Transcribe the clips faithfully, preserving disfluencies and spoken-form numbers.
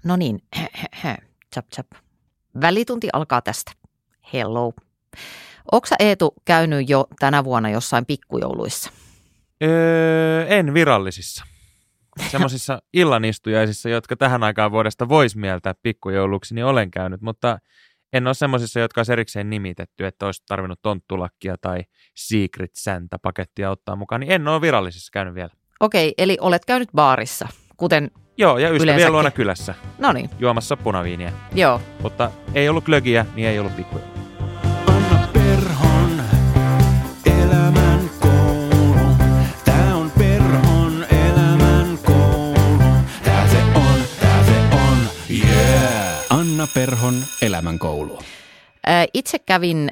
No niin, chap chap. Välitunti alkaa tästä. Hello. Ootko sä, Eetu, käynyt jo tänä vuonna jossain pikkujouluissa? Öö, en virallisissa. Semmoisissa illanistujaisissa, jotka tähän aikaan vuodesta vois mieltää pikkujouluksi, niin olen käynyt, mutta en ole semmoisissa, jotka olisi erikseen nimitetty, että olisi tarvinnut tonttulakkia tai Secret Santa-pakettia ottaa mukaan, niin en ole virallisissa käynyt vielä. Okei, eli olet käynyt baarissa, kuten Joo, ja ystävien yleensäkin luona kylässä. Noniin. Juomassa punaviiniä. Joo. Mutta ei ollut glögiä, niin ei ollut pikkuja. Anna Perhon elämän koulu. Tää on Perhon elämän koulu. Tää se on, tää se on, yeah! Anna Perhon elämän koulu. Itse kävin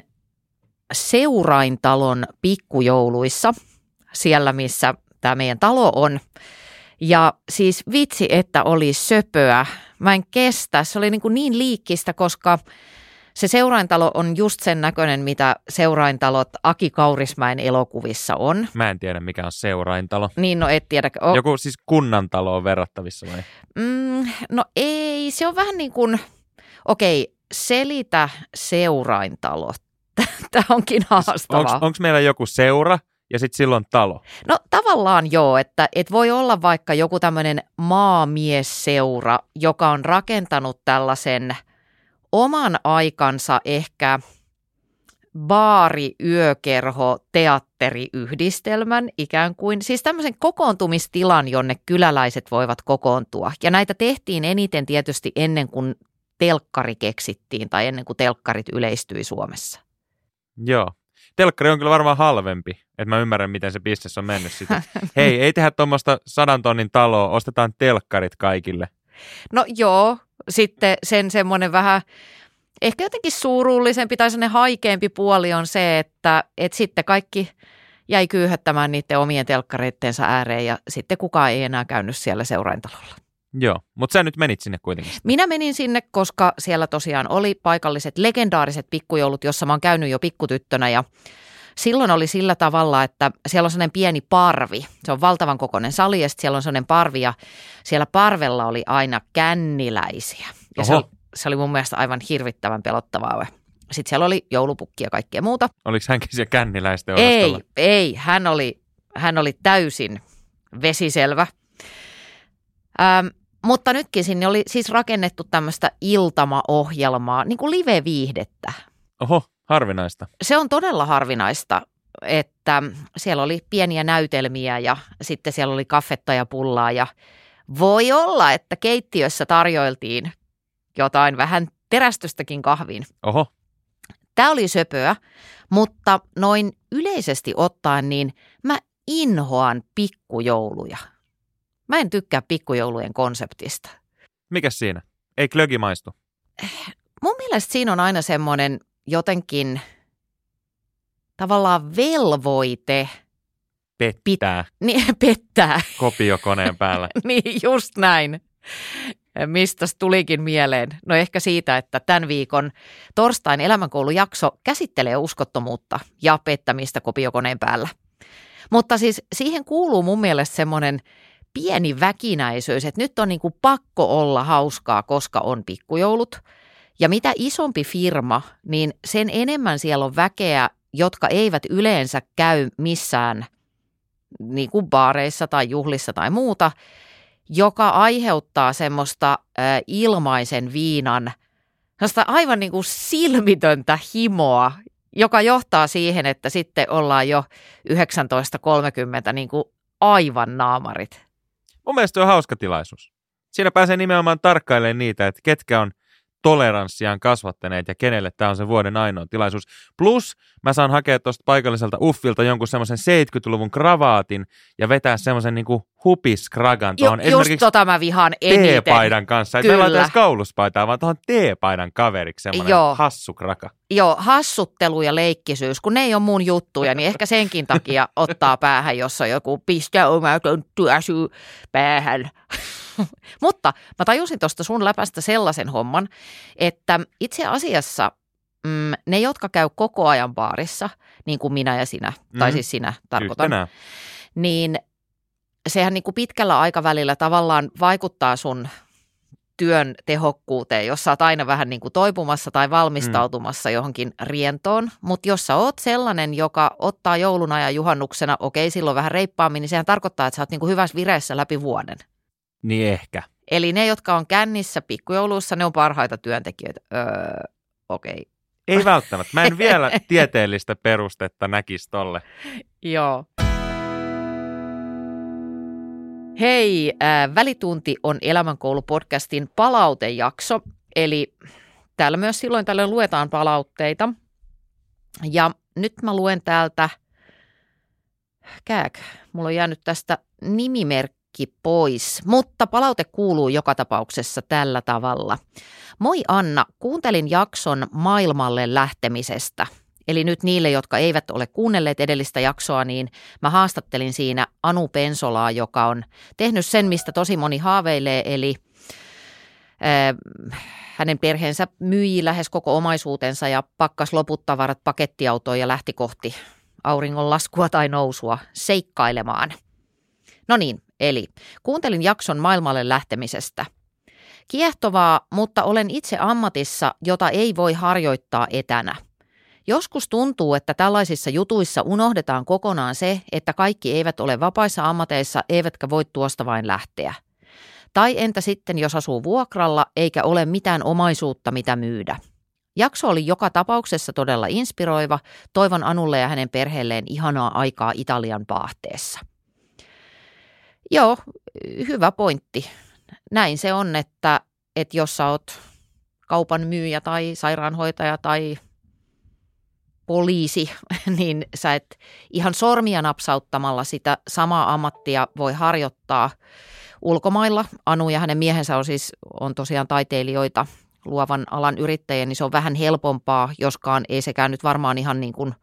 Seuraintalon pikkujouluissa, siellä missä tämä meidän talo on. Ja siis vitsi, että oli söpöä. Mä en kestä. Se oli niin, kuin niin liikkistä, koska se Seuraintalo on just sen näköinen, mitä Seuraintalot Aki Kaurismäen elokuvissa on. Mä en tiedä, mikä on Seuraintalo. Niin, no et tiedä. O- Joku siis kunnantalo on verrattavissa vai? Mm, no ei, se on vähän niin kuin, okei, selitä Seuraintalo. Tämä onkin haastavaa. Onko meillä joku seura ja sitten silloin talo? No tavallaan joo, että et voi olla vaikka joku tämmöinen maamiesseura, joka on rakentanut tällaisen oman aikansa ehkä baari, yökerho, teatteriyhdistelmän ikään kuin. Siis tämmöisen kokoontumistilan, jonne kyläläiset voivat kokoontua. Ja näitä tehtiin eniten tietysti ennen kuin telkkari keksittiin tai ennen kuin telkkarit yleistyi Suomessa. Joo. Telkkari on kyllä varmaan halvempi, että mä ymmärrän, miten se bisnes on mennyt sitten. Hei, ei tehdä tuommoista sadan tonnin taloa, ostetaan telkkarit kaikille. No joo, sitten sen semmoinen vähän ehkä jotenkin suurullisempi tai semmoinen haikeampi puoli on se, että, että sitten kaikki jäi kyyhöttämään niiden omien telkkareittensa ääreen ja sitten kukaan ei enää käynyt siellä Seuraintalolla. Joo, mutta sä nyt menit sinne kuitenkin. Minä menin sinne, koska siellä tosiaan oli paikalliset legendaariset pikkujoulut, jossa mä oon käynyt jo pikkutyttönä ja silloin oli sillä tavalla, että siellä on sellainen pieni parvi. Se on valtavan kokoinen sali ja siellä on sellainen parvi ja siellä parvella oli aina känniläisiä. Ja se oli, se oli mun mielestä aivan hirvittävän pelottavaa. Sitten siellä oli joulupukki ja kaikkea muuta. Oliko hänkin siellä känniläisten Ei, osastolla? ei. Hän oli, hän oli täysin vesiselvä. Ähm, mutta nytkin sinne oli siis rakennettu tämmöistä iltamaohjelmaa, niin kuin live-viihdettä. Oho, harvinaista. Se on todella harvinaista, että siellä oli pieniä näytelmiä ja sitten siellä oli kaffetta ja pullaa ja voi olla, että keittiössä tarjoiltiin jotain vähän terästystäkin kahviin. Oho. Tämä oli söpöä, mutta noin yleisesti ottaen niin mä inhoan pikkujouluja. Mä en tykkää pikkujoulujen konseptista. Mikäs siinä? Ei klögi maistu? Mun mielestä siinä on aina semmoinen jotenkin tavallaan velvoite Pettää. Pit, niin, pettää. Kopiokoneen päällä. Niin, just näin. Mistä tulikin mieleen? No ehkä siitä, että tämän viikon torstain elämänkoulujakso käsittelee uskottomuutta ja pettämistä kopiokoneen päällä. Mutta siis siihen kuuluu mun mielestä semmoinen pieni väkinäisyys, että nyt on niin kuin pakko olla hauskaa, koska on pikkujoulut. Ja mitä isompi firma, niin sen enemmän siellä on väkeä, jotka eivät yleensä käy missään niin kuin baareissa tai juhlissa tai muuta, joka aiheuttaa semmoista äh, ilmaisen viinan, semmoista aivan niin kuin silmitöntä himoa, joka johtaa siihen, että sitten ollaan jo yhdeksäntoista kolmekymmentä niin kuin aivan naamarit. Mun mielestä on hauska tilaisuus. Siinä pääsee nimenomaan tarkkailemaan niitä, että ketkä on toleranssiaan kasvattaneet ja kenelle tämä on se vuoden ainoa tilaisuus. Plus mä saan hakea tuosta paikalliselta uffilta jonkun semmoisen seitsemänkymmentäluvun kravaatin ja vetää semmoisen niinku hupiskragan tuohon Ju, just tota mä vihaan eniten. T-paidan kanssa. Että meillä on tässä kauluspaitaa, vaan tuohon T-paidan kaveriksi semmoinen Joo. hassu kraka. Joo, hassuttelu ja leikkisyys, kun ne ei ole mun juttuja, niin ehkä senkin takia ottaa päähän, jos on joku pistä omaton työsy päähän. Mutta mä tajusin tuosta sun läpästä sellaisen homman, että itse asiassa mm, ne, jotka käy koko ajan baarissa, niin kuin minä ja sinä, mm. tai siis sinä tarkoitan, Yhtenä. niin sehän niin kuin pitkällä aikavälillä tavallaan vaikuttaa sun työn tehokkuuteen, jos sä oot aina vähän niin kuin toipumassa tai valmistautumassa mm. johonkin rientoon. Mutta jos sä oot sellainen, joka ottaa jouluna ja juhannuksena, okei silloin vähän reippaammin, niin sehän tarkoittaa, että sä oot niin kuin hyvässä vireessä läpi vuoden. Niin ehkä. Eli ne, jotka on kännissä pikkujouluissa, ne on parhaita työntekijöitä. Öö, okei. Ei välttämättä. Mä en vielä tieteellistä perustetta näkisi tolle. Joo. Hei, äh, Välitunti on Elämänkoulu-podcastin palautejakso, eli täällä myös silloin tällöin luetaan palautteita. Ja nyt mä luen täältä, kääk, mulla on jäänyt tästä nimimerkki pois, mutta palaute kuuluu joka tapauksessa tällä tavalla. Moi Anna, kuuntelin jakson maailmalle lähtemisestä. Eli nyt niille, jotka eivät ole kuunnelleet edellistä jaksoa, niin mä haastattelin siinä Anu Pensolaa, joka on tehnyt sen, mistä tosi moni haaveilee, eli äh, hänen perheensä myi lähes koko omaisuutensa ja pakkas loput tavarat pakettiautoon ja lähti kohti auringon laskua tai nousua seikkailemaan. No niin, eli kuuntelin jakson maailmalle lähtemisestä. Kiehtovaa, mutta olen itse ammatissa, jota ei voi harjoittaa etänä. Joskus tuntuu, että tällaisissa jutuissa unohdetaan kokonaan se, että kaikki eivät ole vapaissa ammateissa eivätkä voi tuosta vain lähteä. Tai entä sitten, jos asuu vuokralla eikä ole mitään omaisuutta, mitä myydä? Jakso oli joka tapauksessa todella inspiroiva. Toivon Anulle ja hänen perheelleen ihanaa aikaa Italian paahteessa. Joo, hyvä pointti. Näin se on, että, että jos sä oot kaupan myyjä tai sairaanhoitaja tai poliisi, niin sä et ihan sormia napsauttamalla sitä samaa ammattia voi harjoittaa ulkomailla. Anu ja hänen miehensä on siis on tosiaan taiteilijoita, luovan alan yrittäjiä, niin se on vähän helpompaa, joskaan ei sekään nyt varmaan ihan niin kuin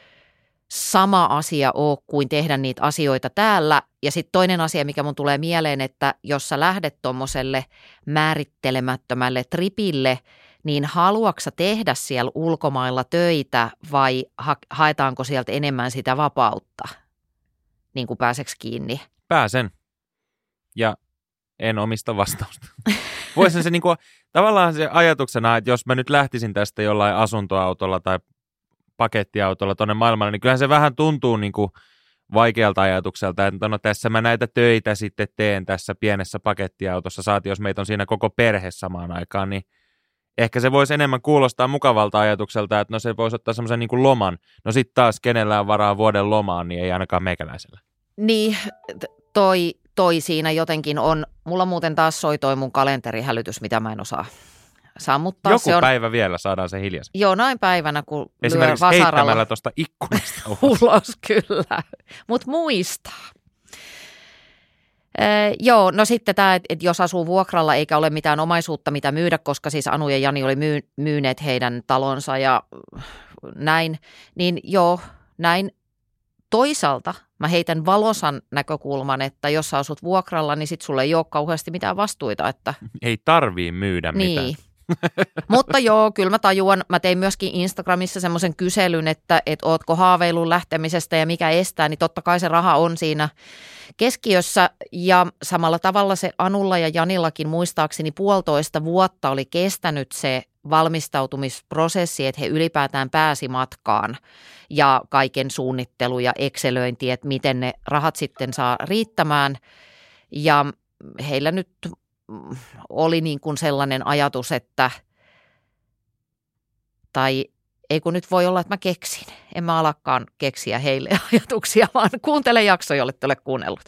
sama asia ole kuin tehdä niitä asioita täällä. Ja sitten toinen asia, mikä mun tulee mieleen, että jos sä lähdet tuommoiselle määrittelemättömälle tripille, niin haluatko sä tehdä siellä ulkomailla töitä vai ha- haetaanko sieltä enemmän sitä vapautta, niin kuin pääseks kiinni? Pääsen. Ja en omista vastausta. Voisin se niinku, tavallaan se ajatuksena, että jos mä nyt lähtisin tästä jollain asuntoautolla tai pakettiautolla tuonne maailmalle, niin kyllähän se vähän tuntuu niinku vaikealta ajatukselta, että no tässä mä näitä töitä sitten teen tässä pienessä pakettiautossa, saati jos meitä on siinä koko perhe samaan aikaan, niin ehkä se voisi enemmän kuulostaa mukavalta ajatukselta, että no se voisi ottaa semmoisen niin kuin loman. No sitten taas kenellä on varaa vuoden lomaan, niin ei ainakaan meikäläisellä. Niin, toi, toi siinä jotenkin on. Mulla muuten taas soi toi mun kalenterihälytys, mitä mä en osaa sammuttaa. Joku se on, päivä vielä saadaan se hiljaisen. Joo, näin päivänä, kun esimerkiksi lyö vasaralla heittämällä tuosta ikkunasta ulos. ulos kyllä, mutta muistaa. Ee, joo, no sitten tämä, että et jos asuu vuokralla eikä ole mitään omaisuutta, mitä myydä, koska siis Anu ja Jani oli myy, myyneet heidän talonsa ja näin, niin joo, näin. Toisaalta mä heitän valosan näkökulman, että jos sä asut vuokralla, niin sit sulle ei ole kauheasti mitään vastuita. Että ei tarvii myydä niin. mitään. Mutta joo, kyllä mä tajuan, mä tein myöskin Instagramissa semmoisen kyselyn, että et ootko haaveilun lähtemisestä ja mikä estää, niin totta kai se raha on siinä keskiössä ja samalla tavalla se Anulla ja Janillakin muistaakseni puolitoista vuotta oli kestänyt se valmistautumisprosessi, että he ylipäätään pääsi matkaan ja kaiken suunnittelu ja excelöinti, että miten ne rahat sitten saa riittämään ja heillä nyt oli niin kuin sellainen ajatus, että tai ei kun nyt voi olla, että mä keksin. En mä alakaan keksiä heille ajatuksia, vaan kuuntele jakso, jolle te ole kuunnellut.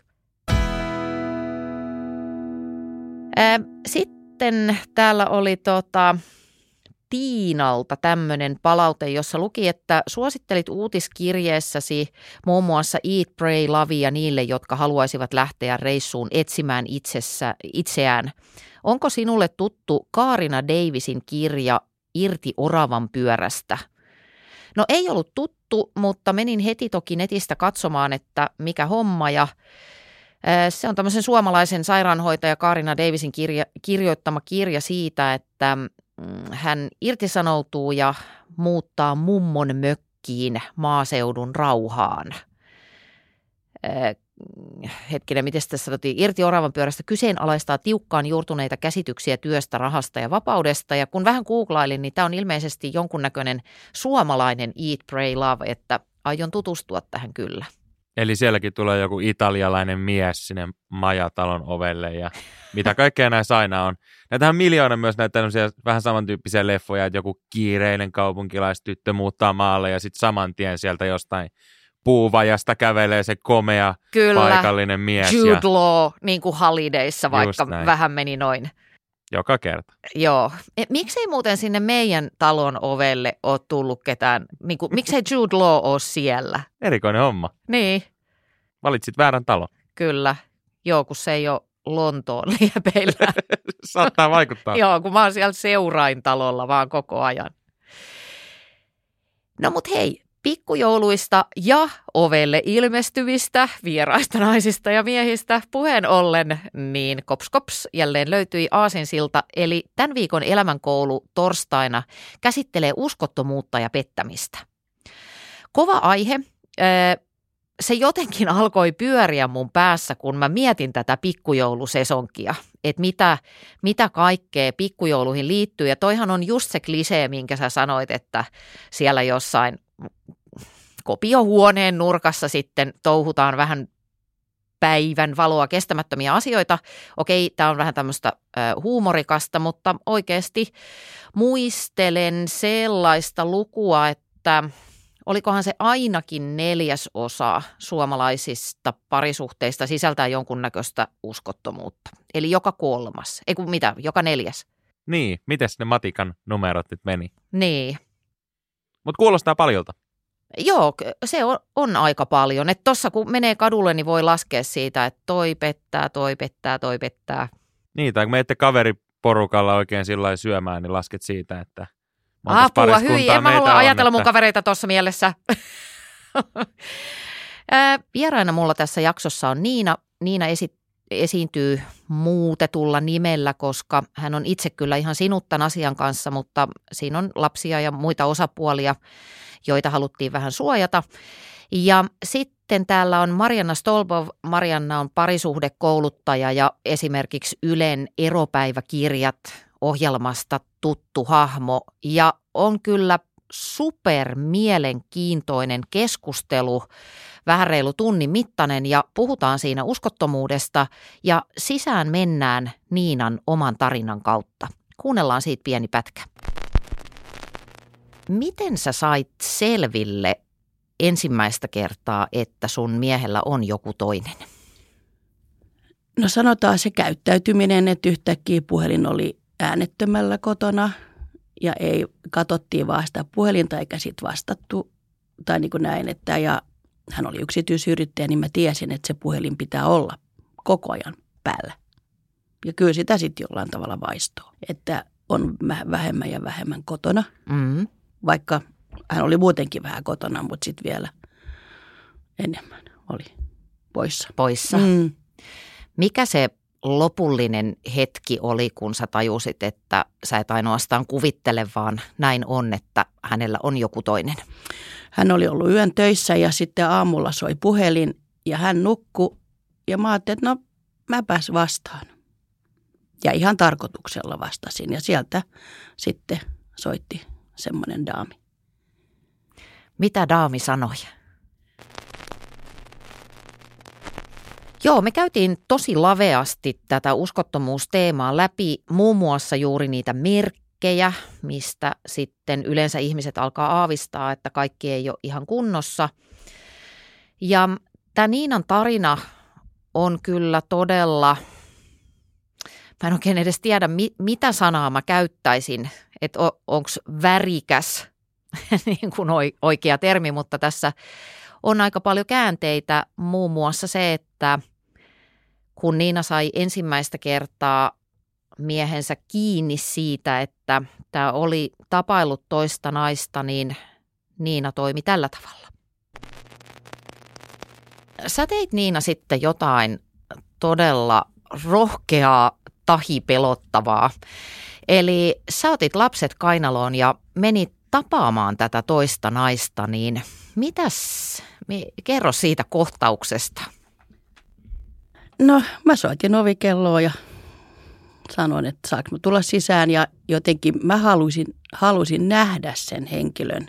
Sitten täällä oli tota Tiinalta tämmöinen palaute, jossa luki, että suosittelit uutiskirjeessäsi muun muassa Eat, Pray, Lovea niille, jotka haluaisivat lähteä reissuun etsimään itsessä, itseään. Onko sinulle tuttu Kaarina Davisin kirja Irti oravan pyörästä? No ei ollut tuttu, mutta menin heti toki netistä katsomaan, että mikä homma ja se on tämmöisen suomalaisen sairaanhoitaja Kaarina Davisin kirja, kirjoittama kirja siitä, että hän irtisanoutuu ja muuttaa mummon mökkiin maaseudun rauhaan. hetkinen, miten tässä sanottiin, irti oravan pyörästä kyseenalaistaa tiukkaan juurtuneita käsityksiä työstä, rahasta ja vapaudesta. Ja kun vähän googlailin, niin tämä on ilmeisesti jonkunnäköinen suomalainen Eat, Pray, Love, että aion tutustua tähän kyllä. Eli sielläkin tulee joku italialainen mies sinne majatalon ovelle ja mitä kaikkea näissä aina on. Näitähän on miljoona myös näitä tämmöisiä vähän samantyyppisiä leffoja, että joku kiireinen kaupunkilaistyttö muuttaa maalle ja sitten saman tien sieltä jostain puuvajasta kävelee se komea Kyllä. paikallinen mies. Jude ja Law, niin kuin Holidayssa, vaikka vähän meni noin. Joka kerta. Joo. E, miksei muuten sinne meidän talon ovelle ole tullut ketään, niin kuin, miksei Jude Law ole siellä? Erikoinen homma. Niin. Valitsit väärän talon. Kyllä. Joo, kun se ei ole Lontoon liepeillä. Saattaa vaikuttaa. Joo, kun mä oon siellä seuraintalolla vaan koko ajan. No mut hei, pikkujouluista ja ovelle ilmestyvistä vieraista naisista ja miehistä puheen ollen, niin kops kops jälleen löytyi aasinsilta, eli tämän viikon elämänkoulu torstaina käsittelee uskottomuutta ja pettämistä. Kova aihe. Se jotenkin alkoi pyöriä mun päässä, kun mä mietin tätä pikkujoulusesonkia, että mitä, mitä kaikkea pikkujouluihin liittyy. Ja toihan on just se klisee, minkä sä sanoit, että siellä jossain kopiohuoneen nurkassa sitten touhutaan vähän päivän valoa kestämättömiä asioita. Okei, tämä on vähän tämmöistä äh, huumorikasta, mutta oikeasti muistelen sellaista lukua, että olikohan se ainakin neljäs osa suomalaisista parisuhteista sisältää jonkunnäköistä uskottomuutta. Eli joka kolmas, ei kun mitä, joka neljäs. Niin, mites ne matikan numerot nyt meni? Niin. Mutta kuulostaa paljolta. Joo, se on, on aika paljon. Että tossa kun menee kadulle, niin voi laskea siitä, että toi pettää, toi pettää, toi pettää. Niin, tai kun menette kaveriporukalla oikein sillä lailla syömään, niin lasket siitä, että apua, hyi, en mä halua ajatella että mun kavereita tuossa mielessä. Vieraina mulla tässä jaksossa on Niina. Niina esi- esiintyy muutetulla nimellä, koska hän on itse kyllä ihan sinuttan asian kanssa, mutta siinä on lapsia ja muita osapuolia, joita haluttiin vähän suojata. Ja sitten täällä on Marianna Stolbov. Marianna on parisuhdekouluttaja ja esimerkiksi Ylen eropäiväkirjat ohjelmasta tuttu hahmo ja on kyllä super mielenkiintoinen keskustelu, vähän reilu tunnin mittainen ja puhutaan siinä uskottomuudesta ja sisään mennään Niinan oman tarinan kautta. Kuunnellaan siitä pieni pätkä. Miten sä sait selville ensimmäistä kertaa, että sun miehellä on joku toinen? No sanotaan se käyttäytyminen, että yhtäkkiä puhelin oli äänettömällä kotona ja ei katsottiin vaan sitä puhelinta eikä sitten vastattu tai niin kuin näin, että ja hän oli yksityisyrittäjä, niin mä tiesin, että se puhelin pitää olla koko ajan päällä. Ja kyllä sitä sitten jollain tavalla vaistoo, että on vähemmän ja vähemmän kotona, mm-hmm. vaikka hän oli muutenkin vähän kotona, mutta sitten vielä enemmän oli poissa. Poissa. Mm. Mikä se lopullinen hetki oli, kun sä tajusit, että sä et ainoastaan kuvittele, vaan näin on, että hänellä on joku toinen? Hän oli ollut yön töissä ja sitten aamulla soi puhelin ja hän nukkui ja mä ajattelin, että no mäpäs vastaan. Ja ihan tarkoituksella vastasin ja sieltä sitten soitti semmoinen daami. Mitä daami sanoi? Joo, me käytiin tosi laveasti tätä uskottomuusteemaa läpi, muun muassa juuri niitä merkkejä, mistä sitten yleensä ihmiset alkaa aavistaa, että kaikki ei ole ihan kunnossa. Ja tämä Niinan tarina on kyllä todella, mä en oikein edes tiedä, mi- mitä sanaa mä käyttäisin, että onko värikäs niin kuin oikea termi, mutta tässä on aika paljon käänteitä, muun muassa se, että kun Niina sai ensimmäistä kertaa miehensä kiinni siitä, että tämä oli tapaillut toista naista, niin Niina toimi tällä tavalla. Sä teit, Niina, sitten jotain todella rohkeaa tahi pelottavaa. Eli sä otit lapset kainaloon ja menit tapaamaan tätä toista naista, niin mitäs, kerro siitä kohtauksesta. No mä soitin ovikelloa ja sanoin, että saanko mä tulla sisään ja jotenkin mä halusin, halusin nähdä sen henkilön.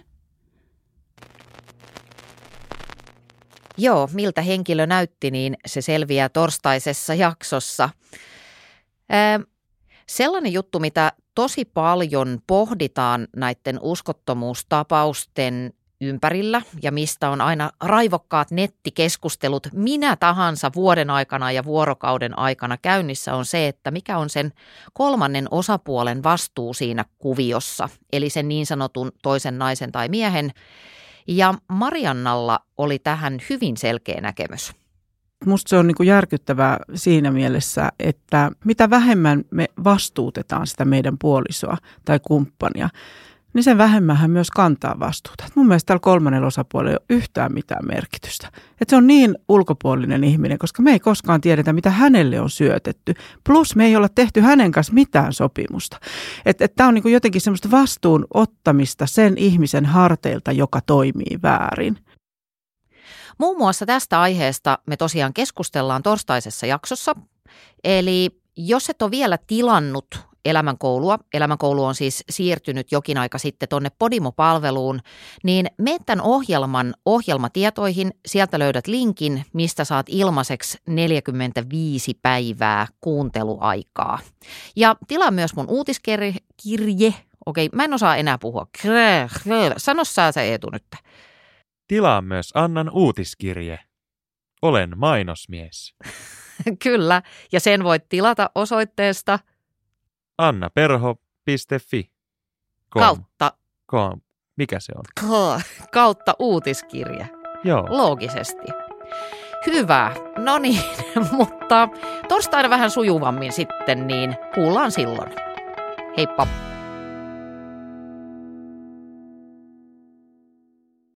Joo, miltä henkilö näytti, niin se selviää torstaisessa jaksossa. Ää, sellainen juttu, mitä tosi paljon pohditaan näiden uskottomuustapausten ympärillä ja mistä on aina raivokkaat nettikeskustelut minä tahansa vuoden aikana ja vuorokauden aikana käynnissä, on se, että mikä on sen kolmannen osapuolen vastuu siinä kuviossa, eli sen niin sanotun toisen naisen tai miehen. Ja Mariannalla oli tähän hyvin selkeä näkemys. Musta se on niin kuin järkyttävää siinä mielessä, että mitä vähemmän me vastuutetaan sitä meidän puolisoa tai kumppania, niin sen vähemmän hän myös kantaa vastuuta. Et mun mielestä tällä kolmannella osapuolella ei ole yhtään mitään merkitystä. Et se on niin ulkopuolinen ihminen, koska me ei koskaan tiedetä, mitä hänelle on syötetty. Plus me ei olla tehty hänen kanssa mitään sopimusta. Että et tämä on niinku jotenkin semmoista vastuun ottamista sen ihmisen harteilta, joka toimii väärin. Muun muassa tästä aiheesta me tosiaan keskustellaan torstaisessa jaksossa. Eli jos et ole vielä tilannut Elämänkoulua, Elämänkoulu on siis siirtynyt jokin aika sitten tuonne Podimo-palveluun, niin mene tämän ohjelman ohjelmatietoihin, sieltä löydät linkin, mistä saat ilmaiseksi neljäkymmentäviisi päivää kuunteluaikaa. Ja tilaa myös mun uutiskirje, okei, mä en osaa enää puhua, sano sä se Eetu nyt. Tilaa myös Annan uutiskirje. Olen mainosmies. Kyllä, ja sen voit tilata osoitteesta annaperho piste fi. Kom. kautta, Kom. Mikä se on? kautta uutiskirja. Joo. Loogisesti. Hyvä. No niin, mutta torstaina vähän sujuvammin sitten, niin kuullaan silloin. Heippa.